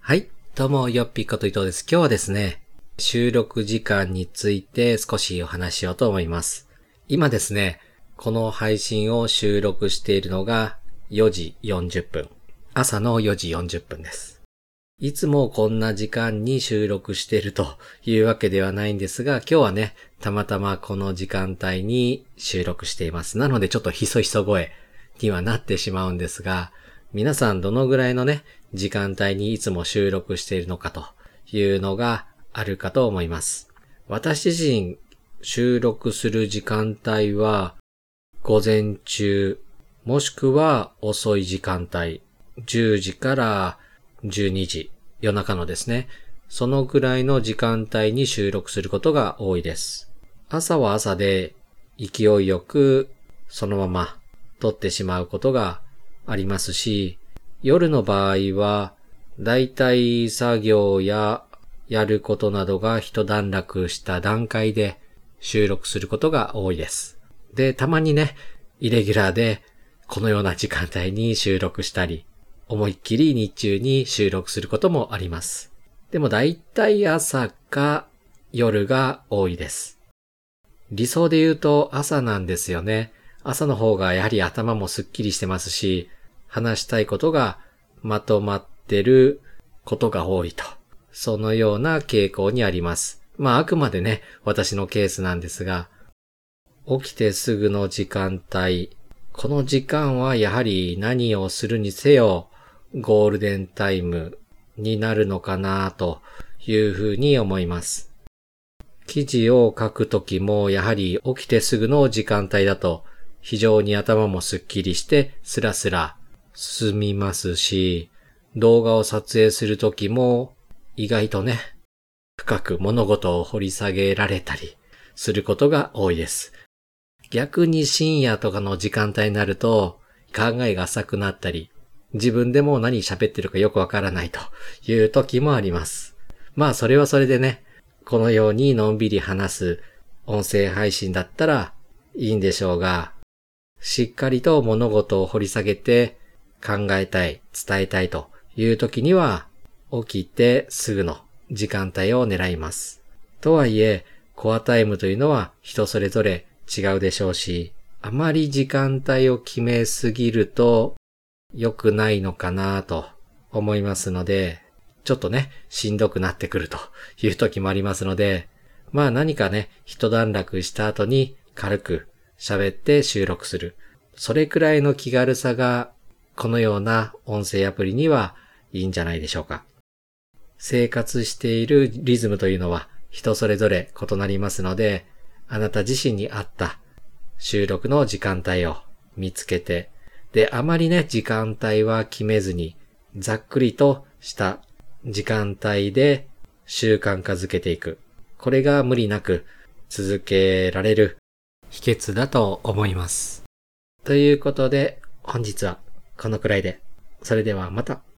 はい、どうもよっぴこと伊藤です。今日はですね、収録時間について少しお話ししようと思います。今ですね、この配信を収録しているのが4時40分。朝の4時40分です。いつもこんな時間に収録しているというわけではないんですが、今日はね、たまたまこの時間帯に収録しています。なのでちょっとひそひそ声にはなってしまうんですが、皆さんどのぐらいのね、時間帯にいつも収録しているのかというのがあるかと思います。私自身収録する時間帯は午前中、もしくは遅い時間帯、10時から12時、夜中のですね、そのぐらいの時間帯に収録することが多いです。朝は朝で勢いよくそのまま撮ってしまうことがありますし、夜の場合はだいたい作業ややることなどが一段落した段階で収録することが多いです。で、たまにね、イレギュラーでこのような時間帯に収録したり、思いっきり日中に収録することもあります。でもだいたい朝か夜が多いです。理想で言うと朝なんですよね。朝の方がやはり頭もすっきりしてますし、話したいことがまとまってることが多いと。そのような傾向にあります。あくまでね、私のケースなんですが、起きてすぐの時間帯、この時間はやはり何をするにせよゴールデンタイムになるのかなというふうに思います。記事を書くときもやはり起きてすぐの時間帯だと非常に頭もすっきりしてスラスラ進みますし、動画を撮影するときも意外とね、深く物事を掘り下げられたりすることが多いです。逆に深夜とかの時間帯になると考えが浅くなったり、自分でも何喋ってるかよくわからないという時もあります。それはそれでね、このようにのんびり話す音声配信だったらいいんでしょうが、しっかりと物事を掘り下げて考えたい、伝えたいという時には起きてすぐの時間帯を狙います。とはいえ、コアタイムというのは人それぞれ違うでしょうし、あまり時間帯を決めすぎると良くないのかなと思いますので、ちょっとね、しんどくなってくるという時もありますので、何かね、一段落した後に軽く喋って収録する。それくらいの気軽さがこのような音声アプリにはいいんじゃないでしょうか。生活しているリズムというのは人それぞれ異なりますので、あなた自身に合った収録の時間帯を見つけて、で、あまりね、時間帯は決めずに、ざっくりとした時間帯で習慣化づけていく。これが無理なく続けられる秘訣だと思います。ということで、本日はこのくらいで。それではまた。